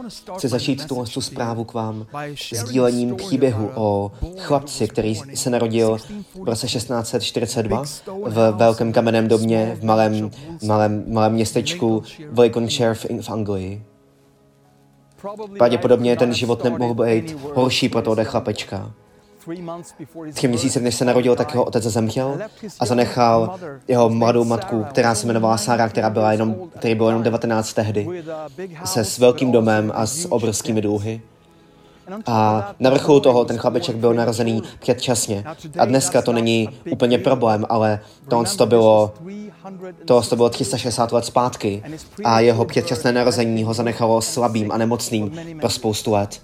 chci začít tu zprávu k vám sdílením příběhu o chlapci, který se narodil v roce 1642 v velkém kamenném domě v malém městečku v Lincolnshire v Anglii. Pravděpodobně ten život nemohl být horší pro tohoto chlapečka. 3 měsíce, než se narodil, tak jeho otec zemřel a zanechal jeho mladou matku, která se jmenovala Sarah, který byl jenom 19 tehdy, se s velkým domem a s obrovskými dluhy. A na vrcholu toho ten chlapeček byl narozený předčasně. A dneska to není úplně problém, ale to bylo 360 let zpátky a jeho předčasné narození ho zanechalo slabým a nemocným pro spoustu let.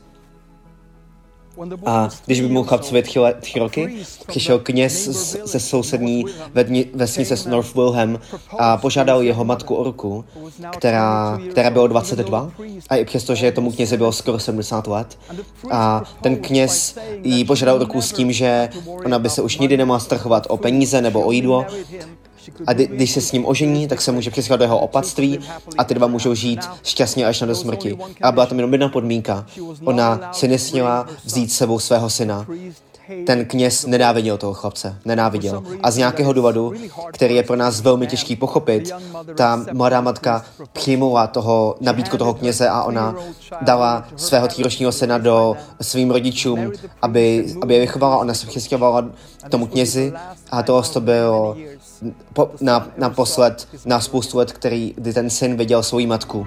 A když by mu chlapcovi 3 roky, přišel kněz ze sousední vesnice z North Wilhelm a požádal jeho matku o ruku, která bylo 22, a i přesto, že tomu knězi bylo skoro 70 let. A ten kněz jí požádal ruku s tím, že ona by se už nikdy nemohla strachovat o peníze nebo o jídlo. A když se s ním ožení, tak se může přesvědčit do jeho opatství a ty dva můžou žít šťastně až na do smrti. A byla tam jenom jedna podmínka. Ona si nesměla vzít s sebou svého syna. Ten kněz nenáviděl toho chlapce. Nenáviděl. A z nějakého důvodu, který je pro nás velmi těžký pochopit, ta mladá matka přijmula nabídku toho kněze a ona dala svého 3ročního syna do svým rodičům, aby je vychovala. Ona se přistěhovala tomu knězi a to bylo naposled na spoustu let, kdy ten syn viděl svou matku.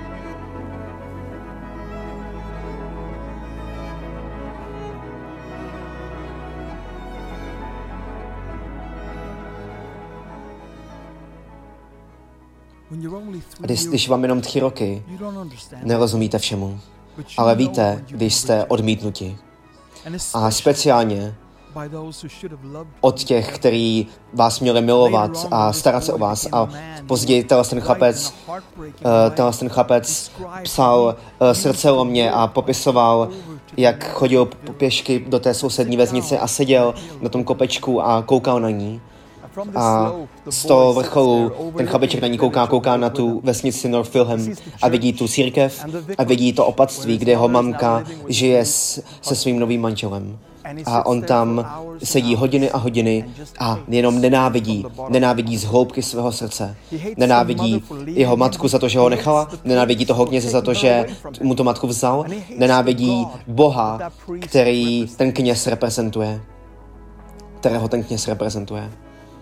Když vám jenom 3 roky, nerozumíte všemu, ale víte, když jste odmítnuti. A speciálně od těch, kteří vás měli milovat a starat se o vás. A později ten chlapec psal srdcelomně a popisoval, jak chodil pěšky do té sousední vesnice a seděl na tom kopečku a koukal na ní. A z toho vrcholu ten chlapeček na ní kouká na tu vesnici North Wilhelm a vidí tu církev a vidí to opatství, kde jeho mamka žije se svým novým manželem. A on tam sedí hodiny a hodiny a jenom nenávidí z hloubky svého srdce. Nenávidí jeho matku za to, že ho nechala, nenávidí toho kněze za to, že mu tu matku vzal, nenávidí Boha, kterého ten kněz reprezentuje.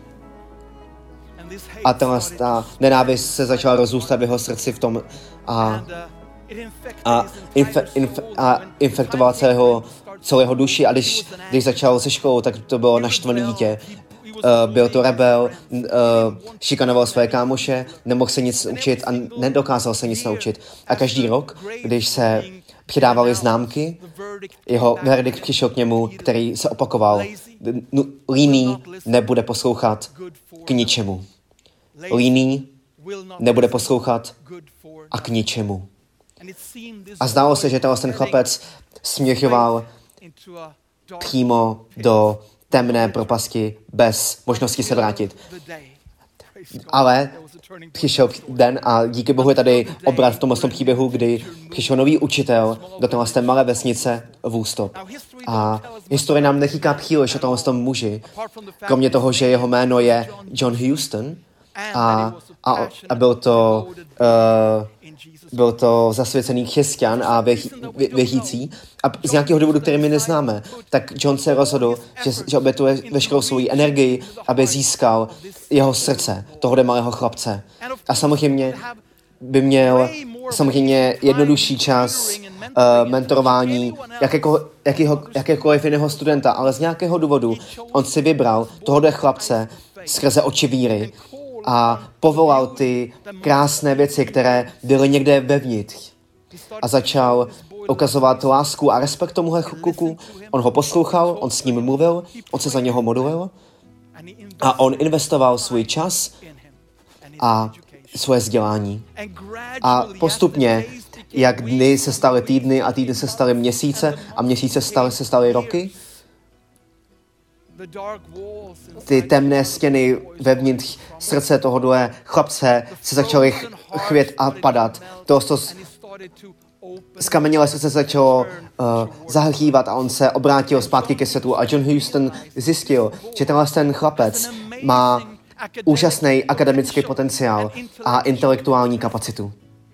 A ta nenávist se začala rozrůstat v jeho srdci v tom a infektovala celého duši. A když začal se školou, tak to bylo naštvaný dítě. Byl to rebel, šikanoval své kámoše, nemohl se nic učit a nedokázal se nic naučit. A každý rok, když se přidávaly známky, jeho verdikt přišel k němu, který se opakoval. Líný nebude poslouchat k ničemu. Líný nebude poslouchat a k ničemu. A zdálo se, že ten chlapec směřoval přímo do temné propasti bez možnosti se vrátit. Ale přišel den a díky Bohu je tady obrat v tomhle příběhu, kdy přišel nový učitel do té malé vesnice Woolstop. A historie nám neříká příliš o tomhle muži, kromě toho, že jeho jméno je John Huston a byl to zasvěcený křesťan a věřící. A z nějakého důvodu, který my neznáme, tak John se rozhodl, že obětuje veškerou svou energii, aby získal jeho srdce, tohoto malého chlapce. A samozřejmě by měl jednodušší čas mentorování jakékoliv jiného studenta, ale z nějakého důvodu on si vybral tohoto chlapce skrze oči víry a povolal ty krásné věci, které byly někde vevnitř. A začal ukazovat lásku a respekt tomuhle kluku. On ho poslouchal, on s ním mluvil, on se za něho modlil a on investoval svůj čas a svoje vzdělání. A postupně, jak dny se staly týdny a týdny se staly měsíce a měsíce se staly roky, ty temné stěny vevnitř srdce tohohle chlapce se začaly chvět a padat. skamenělé srdce začalo zahřívat a on se obrátil zpátky ke světu a John Huston zjistil, že ten chlapec má úžasný akademický potenciál a intelektuální kapacitu.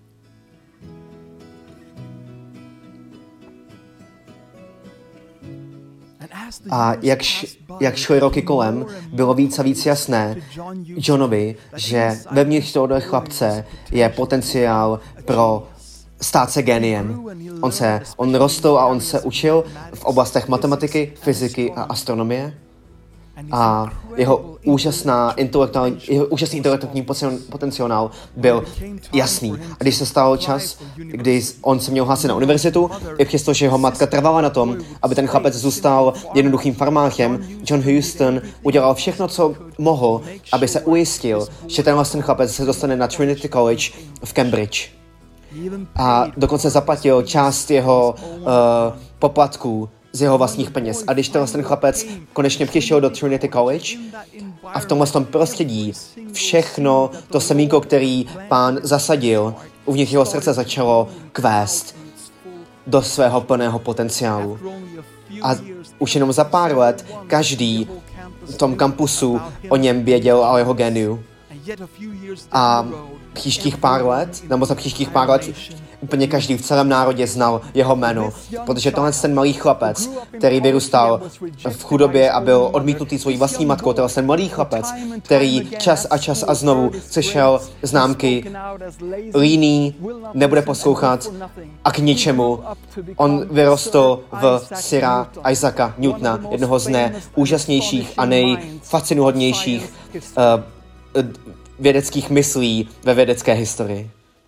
A jak šly roky kolem, bylo víc a víc jasné Johnovi, že vevnitř tohoto chlapce je potenciál pro stát se géniem. On rostl a on se učil v oblastech matematiky, fyziky a astronomie. A jeho úžasný intelektuální potenciál byl jasný. A když se stál čas, kdy on se měl hlásit na univerzitu, i přesto, že jeho matka trvala na tom, aby ten chlapec zůstal jednoduchým farmářem, John Huston udělal všechno, co mohl, aby se ujistil, že ten chlapec se dostane na Trinity College v Cambridge. A dokonce zaplatil část jeho poplatků z jeho vlastních peněz. A když ten chlapec konečně přišel do Trinity College a v tomhle prostředí všechno to semínko, který pán zasadil, uvnitř jeho srdce začalo kvést do svého plného potenciálu. A už jenom za pár let každý v tom kampusu o něm věděl a o jeho geniu. A příštích pár let, nebo za příštích pár let, úplně každý v celém národě znal jeho jméno, protože tohle ten malý chlapec, který vyrůstal v chudobě a byl odmítnutý svojí vlastní matkou, ten malý chlapec, který čas a znovu slyšel známky líný, nebude poslouchat a k ničemu. On vyrostl v Sira Isaaca Newtona, jednoho z nejúžasnějších a nejfascinuhodnějších vědeckých myslí ve vědecké historii.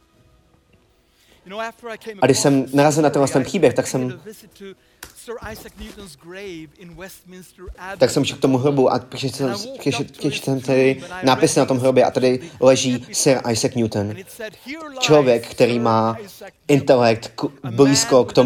A když jsem narazil na ten příběh, tak jsem šel k tomu hrobu a přečetl tady nápisy na tom hrobě a tady leží Sir Isaac Newton. Člověk, který má intelekt blízko k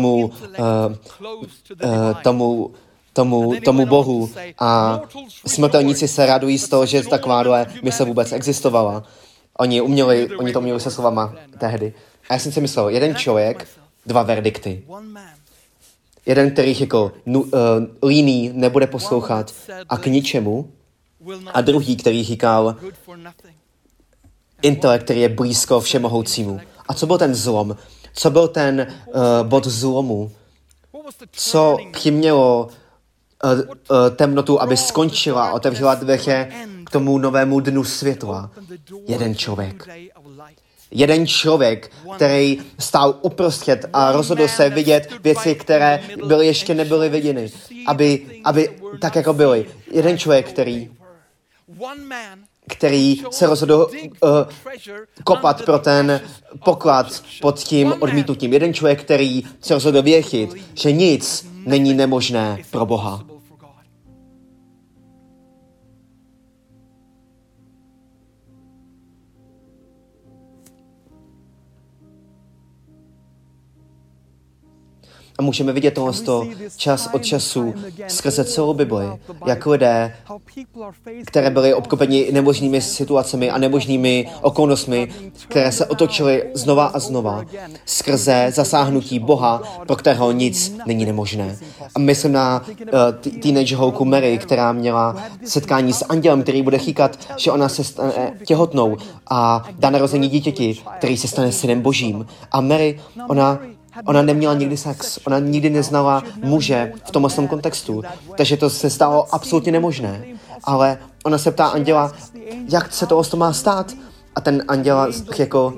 tomu Bohu a smrtelníci se radují z toho, že takováhle mysl vůbec existovala. Oni to uměli se slovama tehdy. A já jsem si myslel, jeden člověk, dva verdikty. Jeden, který řekl, líný, nebude poslouchat a k ničemu. A druhý, který říkal, intelekt, který je blízko všemohoucímu. A co byl ten zlom? Co byl ten bod zlomu? Co přimělo temnotu, aby skončila a otevřela dveře k tomu novému dnu světla? Jeden člověk. Jeden člověk, který stál uprostřed a rozhodl se vidět věci, které ještě nebyly viděny, aby tak jako byly. Jeden člověk, který se rozhodl kopat pro ten poklad pod tím odmítnutím. Jeden člověk, který se rozhodl věřit, že nic není nemožné pro Boha. A můžeme vidět tohle čas od času skrze celou Bibli, jak lidé, které byly obklopeni nemožnými situacemi a nemožnými okolnostmi, které se otočily znova a znova skrze zasáhnutí Boha, pro kterého nic není nemožné. A myslím na teenage holku Mary, která měla setkání s andělem, který bude říkat, že ona se stane těhotnou a dá narození dítěti, který se stane synem Božím. A Mary, ona neměla nikdy sex, ona nikdy neznala muže v tomhle kontextu, takže to se stalo absolutně nemožné. Ale ona se ptá anděla, jak se to má stát? A ten anděl řekl,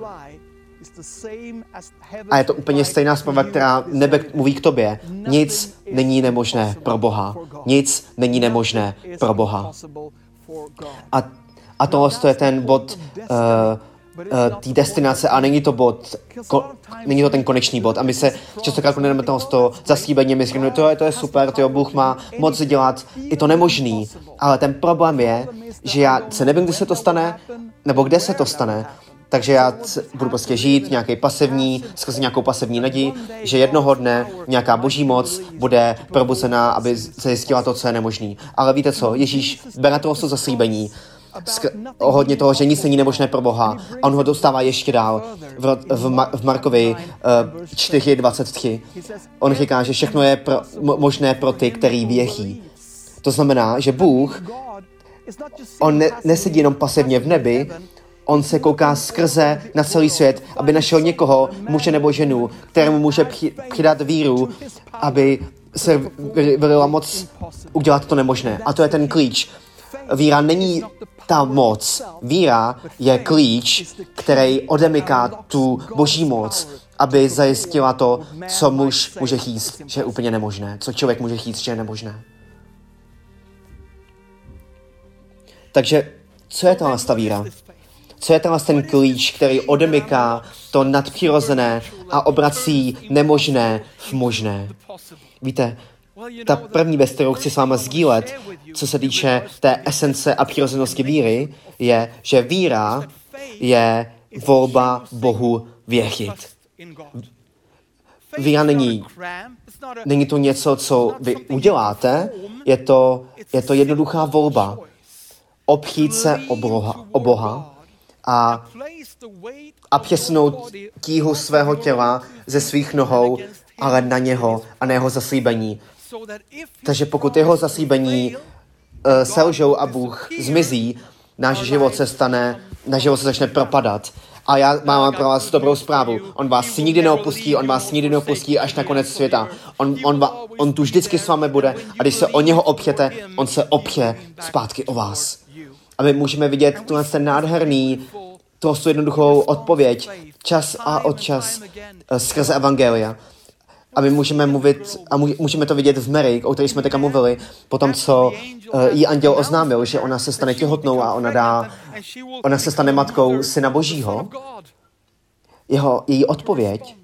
a je to úplně stejná zpráva, která nebe mluví k tobě. Nic není nemožné pro Boha. Nic není nemožné pro Boha. A tohle je ten bod té destinace a není to bod, není to ten konečný bod. A my se častokrát konečíme toho zaslíbení, my říkáme, to je super, Bůh má moc dělat i to nemožný. Ale ten problém je, že já se nevím, kdy se to stane, nebo kde se to stane. Takže já budu prostě žít skrze nějakou pasivní naději, že jednoho dne nějaká boží moc bude probuzená, aby se zjistila to, co je nemožný. Ale víte co, Ježíš bere to zaslíbení ohledně toho, že nic není nemožné pro Boha. A on ho dostává ještě dál v Markovi 4:23. On říká, že všechno je možné pro ty, který věří. To znamená, že Bůh, on nesedí jenom pasivně v nebi, on se kouká skrze na celý svět, aby našel někoho, muže nebo ženu, kterému může přidat víru, aby se vylila moc udělat to nemožné. A to je ten klíč. Víra není ta moc. Víra je klíč, který odemyká tu boží moc, aby zajistila to, co muž může říct, že je úplně nemožné. Co člověk může říct, že je nemožné. Takže co je ta víra? Co je ten klíč, který odemyká to nadpřirozené a obrací nemožné v možné? Víte, ta první věc, kterou chci s vámi sdílet, co se týče té esence a přirozenosti víry, je, že víra je volba Bohu věřit. Víra není to něco, co vy uděláte, je to jednoduchá volba. Opřít se o Boha a přesunout tíhu svého těla ze svých nohou, ale na něho a na jeho zaslíbení. Takže pokud jeho zaslíbení selžou a Bůh zmizí, náš život se začne propadat. A já mám pro vás dobrou zprávu. On vás nikdy neopustí až na konec světa. On tu vždycky s vámi bude a když se o něho opřete, on se opře zpátky o vás. A my můžeme vidět ten nádherný, tu jednoduchou odpověď čas a od čas skrze evangelia. A my můžeme mluvit, a můžeme to vidět v Mary, o které jsme teďka mluvili, potom co jí anděl oznámil, že ona se stane těhotnou a ona se stane matkou Syna Božího. Její odpověď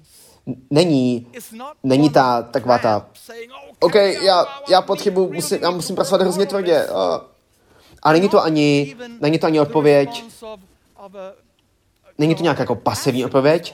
není taková ta OK, já musím pracovat hrozně tvrdě. A není to ani odpověď, není to nějaká jako pasivní odpověď.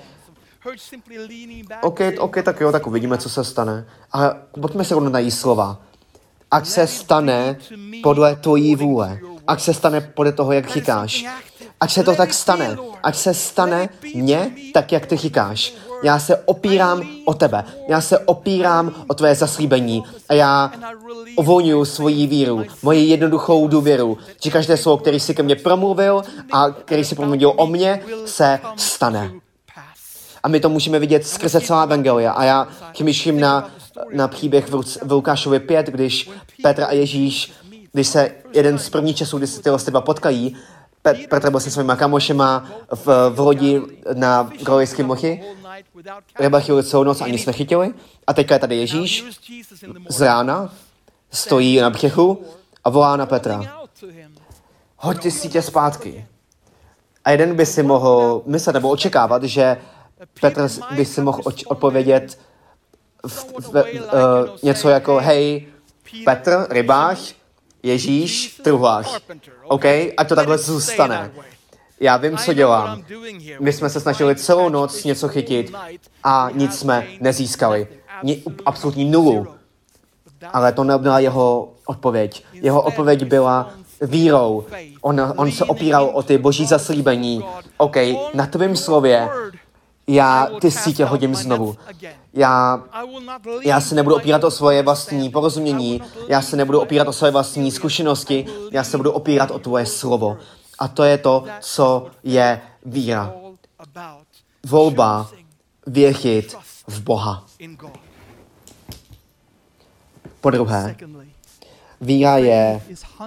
OK, tak jo, tak uvidíme, co se stane. Ale pojďme se rovnou na její slova. Ať se stane podle tvojí vůle. Ať se stane podle toho, jak říkáš. Ať se to tak stane. Ať se stane mně tak, jak ty říkáš. Já se opírám o tebe. Já se opírám o tvé zaslíbení. A já uvolňuji svoji víru, moji jednoduchou důvěru, že každé slovo, který si ke mně promluvil a který si promluvil o mně, se stane. A my to můžeme vidět skrze celá evangelia. A já myšlím na příběh v Lukášově 5, když Petr a Ježíš, když se jeden z prvních časů, kdy se tyhle dva potkají, Petr byl se svýma kamošema v lodi na Galilejském moři, rybachyli celou noc a nic nechytili. A teďka je tady Ježíš z rána, stojí na břehu a volá na Petra. Hoď ty sítě zpátky. A jeden by si mohl myslet nebo očekávat, že Petr by si mohl odpovědět něco jako hej, Petr, rybář, Ježíš, truhlář. OK? Ať to takhle zůstane. Já vím, co dělám. My jsme se snažili celou noc něco chytit a nic jsme nezískali. Absolutní nulu. Ale to nebyla jeho odpověď. Jeho odpověď byla vírou. On se opíral o ty boží zaslíbení. OK, na tvém slově já ty sítě hodím znovu. Já se nebudu opírat o svoje vlastní porozumění, já se nebudu opírat o svoje vlastní zkušenosti, já se budu opírat o tvoje slovo. A to je to, co je víra. Volba věřit v Boha. Podruhé, víra je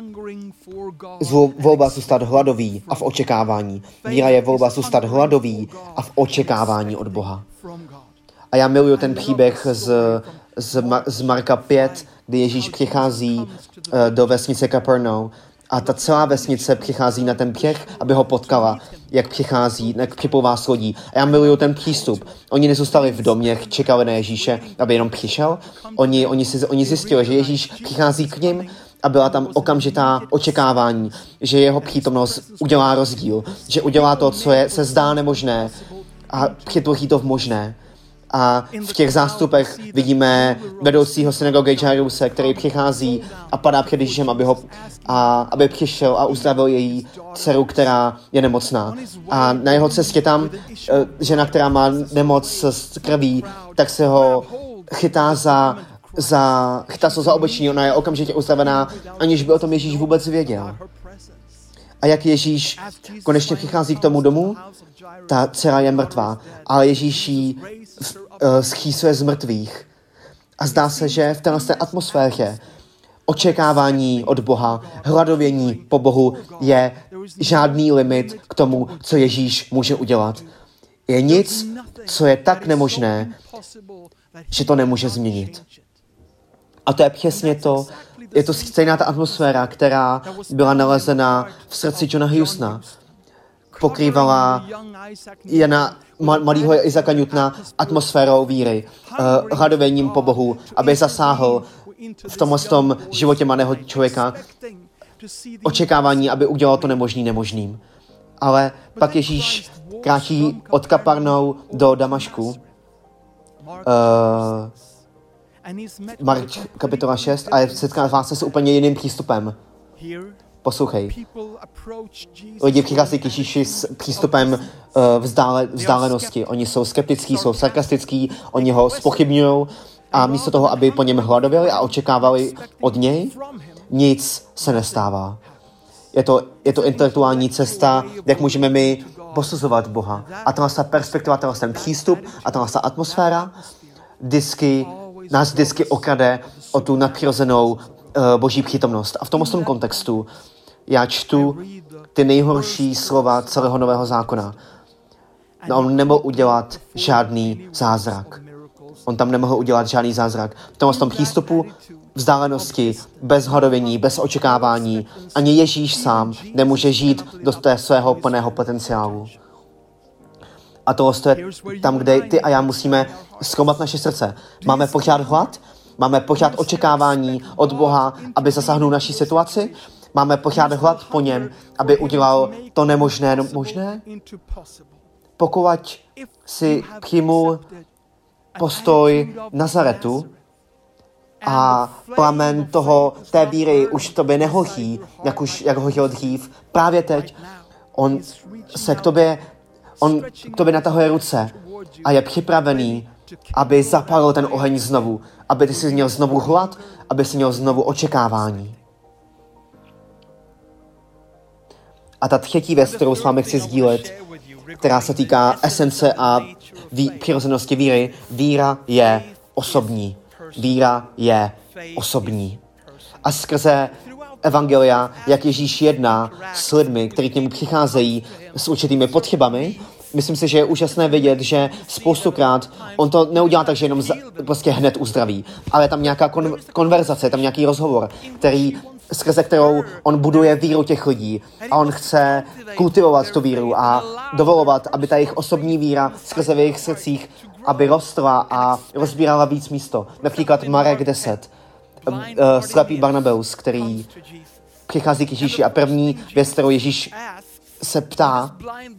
volba zůstat hladový a v očekávání. Víra je volba zůstat hladový a v očekávání od Boha. A já miluju ten příběh z Marka 5, kdy Ježíš přichází do vesnice Kapernaum a ta celá vesnice přichází na ten břeh, aby ho potkala, jak připlouvá s lodí. A já miluju ten přístup. Oni nezůstali v domě, čekali na Ježíše, aby jenom přišel. Oni zjistili, že Ježíš přichází k nim a byla tam okamžitá očekávání, že jeho přítomnost udělá rozdíl, že udělá to, co se zdá nemožné a přetvoří to v možné. A v těch zástupech vidíme vedoucího synagogy Jairuse, který přichází a padá před Ježíšem, aby přišel a uzdravil její dceru, která je nemocná. A na jeho cestě tam žena, která má nemoc z krví, tak se ho chytá chytá se za oblečení, ona je okamžitě uzdravená, aniž by o tom Ježíš vůbec věděl. A jak Ježíš konečně přichází k tomu domu, ta dcera je mrtvá, ale Ježíš ji schýsuje z mrtvých. A zdá se, že v této atmosféře očekávání od Boha, hladovění po Bohu je žádný limit k tomu, co Ježíš může udělat. Je nic, co je tak nemožné, že to nemůže změnit. A to je přesně to, je to stejná ta atmosféra, která byla nalezena v srdci Johna Hughesona. Pokrývala Jana malého Isaaca Newtona atmosférou víry, hladověním po Bohu, aby zasáhl v tom životě mladého člověka očekávání, aby udělal to nemožný nemožným. Ale pak Ježíš kráčí od Kaparnou do Damašku. Mark kapitola 6 a setkává se s úplně jiným přístupem. Poslouchej. Lidi přichází k Ježíši s přístupem vzdálenosti. Oni jsou skeptický, jsou sarkastický, oni ho zpochybňují a místo toho, aby po něm hladověli a očekávali od něj, nic se nestává. Je to intelektuální cesta, jak můžeme my posuzovat Boha. A tato perspektiva, ten přístup a tato atmosféra nás vždycky okrade o tu nadpřirozenou boží přítomnost. A v tomto kontextu já čtu ty nejhorší slova celého Nového zákona. No, on nemohl udělat žádný zázrak. On tam nemohl udělat žádný zázrak. V tomto přístupu vzdálenosti, bez hladovění, bez očekávání, ani Ježíš sám nemůže žít do té svého plného potenciálu. A to je tam, kde ty a já musíme zkoumat naše srdce. Máme pořád hlad? Máme pořád očekávání od Boha, aby zasáhnul naší situaci? Máme pořád hlad po něm, aby udělal to nemožné možné? Pokud si přijmul postoj Nazaretu a plamen té víry už tobě nehoří, jak hořil dřív, právě teď on k tobě natahuje ruce a je připravený, aby zapalil ten oheň znovu, aby ty si měl znovu hlad, aby si měl znovu očekávání. A ta třetí věc, kterou s vámi chci sdílet, která se týká esence a přirozenosti víry, víra je osobní. Víra je osobní. A skrze evangelia, jak Ježíš jedná s lidmi, kteří k němu přicházejí s určitými potřebami, myslím si, že je úžasné vidět, že spoustukrát on to neudělá tak, že jenom prostě hned uzdraví, ale je tam nějaká konverzace, je tam nějaký rozhovor, skrze kterou on buduje víru těch lidí a on chce kultivovat tu víru a dovolovat, aby ta jejich osobní víra skrze v jejich srdcích, aby rostla a rozbírala víc místo. Například Marek 10, slepý Barnabeus, který přichází k Ježíši a první věc, kterou Ježíš se ptá,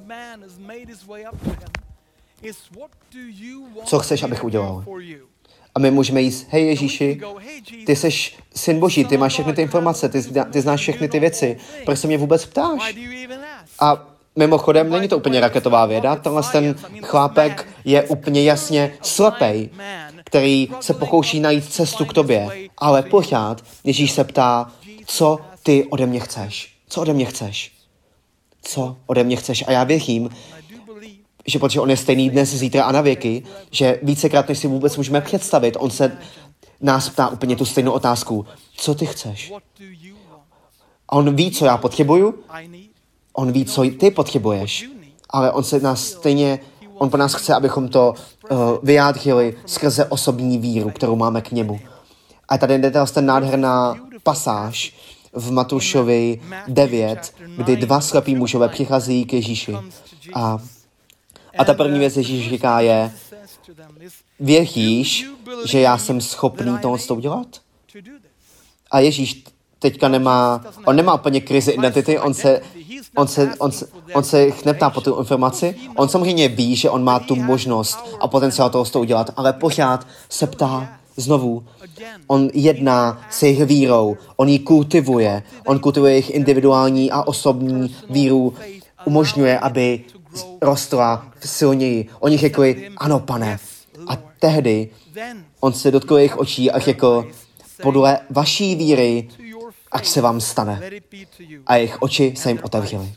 co chceš, abych udělal? A my můžeme jít, hej Ježíši, ty jsi syn Boží, ty máš všechny ty informace, ty znáš všechny ty věci, proč se mě vůbec ptáš? A mimochodem, není to úplně raketová věda, ten chlápek je úplně jasně slepej, který se pokouší najít cestu k tobě, ale pořád Ježíš se ptá, co ty ode mě chceš? Co ode mě chceš? Co ode mě chceš? A já věřím, že protože on je stejný dnes, zítra a na věky, že vícekrát, než si vůbec můžeme představit, on se nás ptá úplně tu stejnou otázku. Co ty chceš? A on ví, co já potřebuju, on ví, co ty potřebuješ, ale on po nás chce, abychom to vyjádřili skrze osobní víru, kterou máme k němu. A tady je ten nádherná pasáž v Matoušovi 9, kdy dva slepí mužové přichází k Ježíši. A ta první věc Ježíš říká je, věříš, že já jsem schopný to udělat? A Ježíš teďka nemá úplně krizi identity, On se jich neptá po tu informaci, on samozřejmě ví, že on má tu možnost a potenciál toho z toho udělat, ale pořád se ptá znovu. On jedná s jejich vírou, on ji kultivuje, on kultivuje jejich individuální a osobní víru, umožňuje, aby rostla silněji. Oni řekli, ano, pane. A tehdy on se dotkl jejich očí a řekl, podle vaší víry, ať se vám stane. A jejich oči se jim otevřely.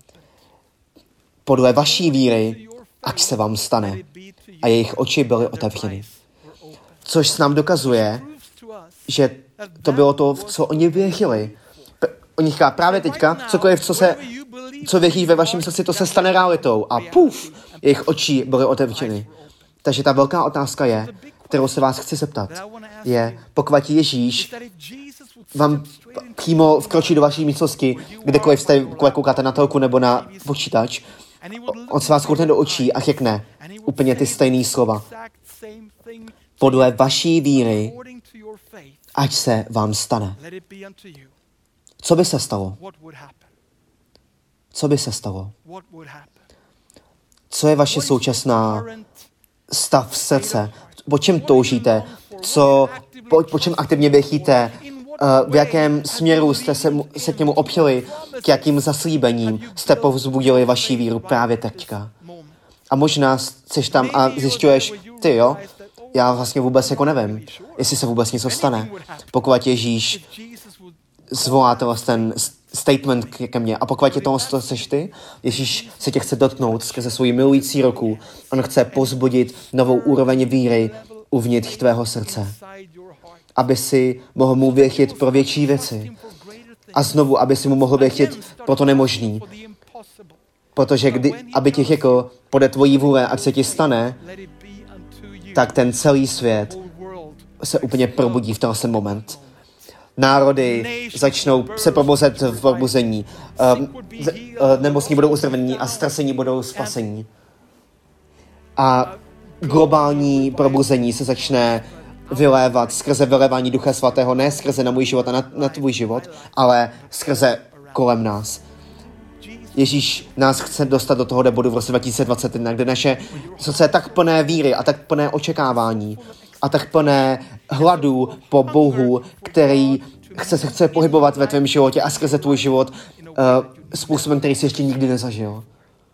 Podle vaší víry, ať se vám stane. A jejich oči byly otevřeny. Což s nám dokazuje, že to bylo to, v co oni věřili. Oni říká právě teďka, cokoliv, co věří ve vašem srdci, to se stane realitou. A puf, jejich oči byly otevřeny. Takže ta velká otázka je, kterou se vás chci zeptat, je, pokud Ježíš vám přímo vkročí do vaší místnosti, kdekoliv jste koukáte na telku nebo na počítač, on se vás koukne do očí a řekne úplně ty stejné slova. Podle vaší víry, ať se vám stane. Co by se stalo? Co by se stalo? Co je vaše současná stav srdce? Po čem toužíte? Po čem aktivně věříte? V jakém směru jste se k němu opřeli? K jakým zaslíbením jste povzbudili vaši víru právě teďka? A možná jsi tam a zjišťuješ, ty jo, já vlastně vůbec jako nevím, jestli se vůbec něco stane. Pokud Ježíš zvolá ten statement ke mně a pokud je toho seš ty, Ježíš se tě chce dotknout skrze svůj milující ruku. On chce pozbudit novou úroveň víry uvnitř tvého srdce. Aby si mohl mu věřit pro větší věci. A znovu, aby si mu mohl věřit pro to nemožný. Protože aby ti řekl, podle tvojí vůle, ať se ti stane, tak ten celý svět se úplně probudí v ten moment. Národy začnou se probuzet v probuzení. Nemocní budou uzdravení a ztracení budou spasení. A globální probuzení se začne vylévat skrze vylévání Ducha Svatého, ne skrze na můj život a na tvůj život, ale skrze kolem nás. Ježíš nás chce dostat do tohoto bodu v roce 2021, kde naše srdce je tak plné víry a tak plné očekávání a tak plné hladu po Bohu, který se chce pohybovat ve tvém životě a skrze tvůj život způsobem, který jsi ještě nikdy nezažil.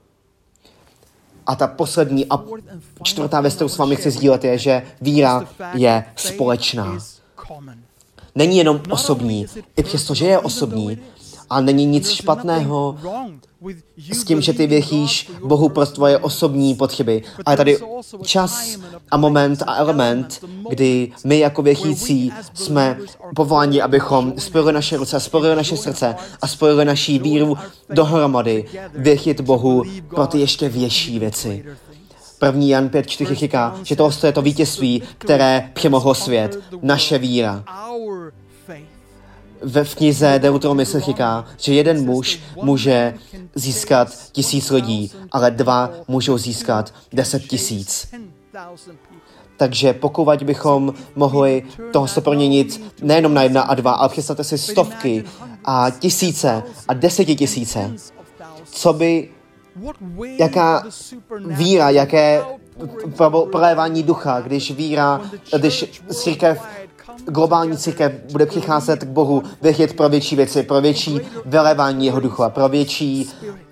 A ta poslední a čtvrtá věc, kterou s vámi chci sdílet, je, že víra je společná. Není jenom osobní, i přesto, že je osobní, a není nic špatného s tím, že ty věříš Bohu pro tvoje osobní potřeby. Ale tady čas a moment a element, kdy my jako věřící jsme povoláni, abychom spojili naše ruce, spojili naše srdce a spojili naši víru dohromady, věřit Bohu pro ty ještě větší věci. 1. Jan 5.4 říká, že to je to vítězství, které přemohlo svět, naše víra. V knize Deuteronomy se říká, že jeden muž může získat 1000 lidí, ale 2 můžou získat 10 000. Takže pokud bychom mohli toho se proměnit nejenom na 1 a 2, ale představte si stovky a tisíce a 10 000, jaká víra, jaké prolévání ducha, když církev, globální církev bude přicházet k Bohu, věřit pro větší věci, pro větší vylévání jeho ducha, pro větší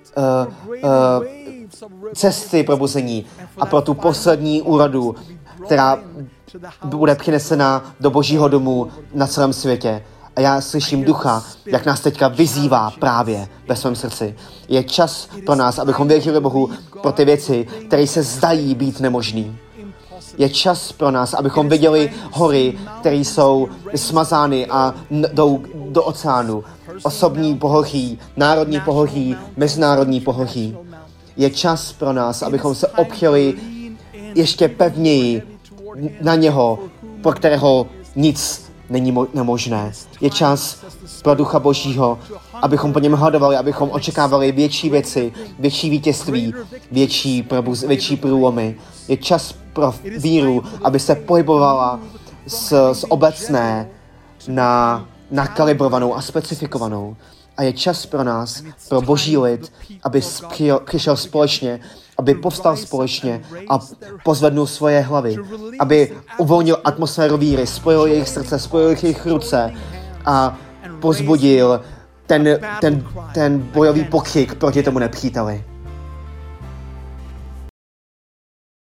cesty probuzení a pro tu poslední úrodu, která bude přinesena do Božího domu na celém světě. A já slyším ducha, jak nás teďka vyzývá právě ve svém srdci. Je čas pro nás, abychom věřili Bohu pro ty věci, které se zdají být nemožný. Je čas pro nás, abychom viděli hory, které jsou smazány a jdou do oceánu. Osobní pohoří, národní pohoří, mezinárodní pohoří. Je čas pro nás, abychom se opřeli ještě pevněji na něho, pro kterého nic není nemožné. Je čas pro Ducha Božího, abychom po něm hledovali, abychom očekávali větší věci, větší vítězství, větší průlomy. Je čas pro víru, aby se pohybovala z obecné na kalibrovanou a specifikovanou. A je čas pro nás, pro boží lid, aby přišel společně, aby povstal společně a pozvednul svoje hlavy, aby uvolnil atmosféru víry, spojil jejich srdce, spojil jejich ruce a pozbudil ten bojový pokřik proti tomu nepříteli.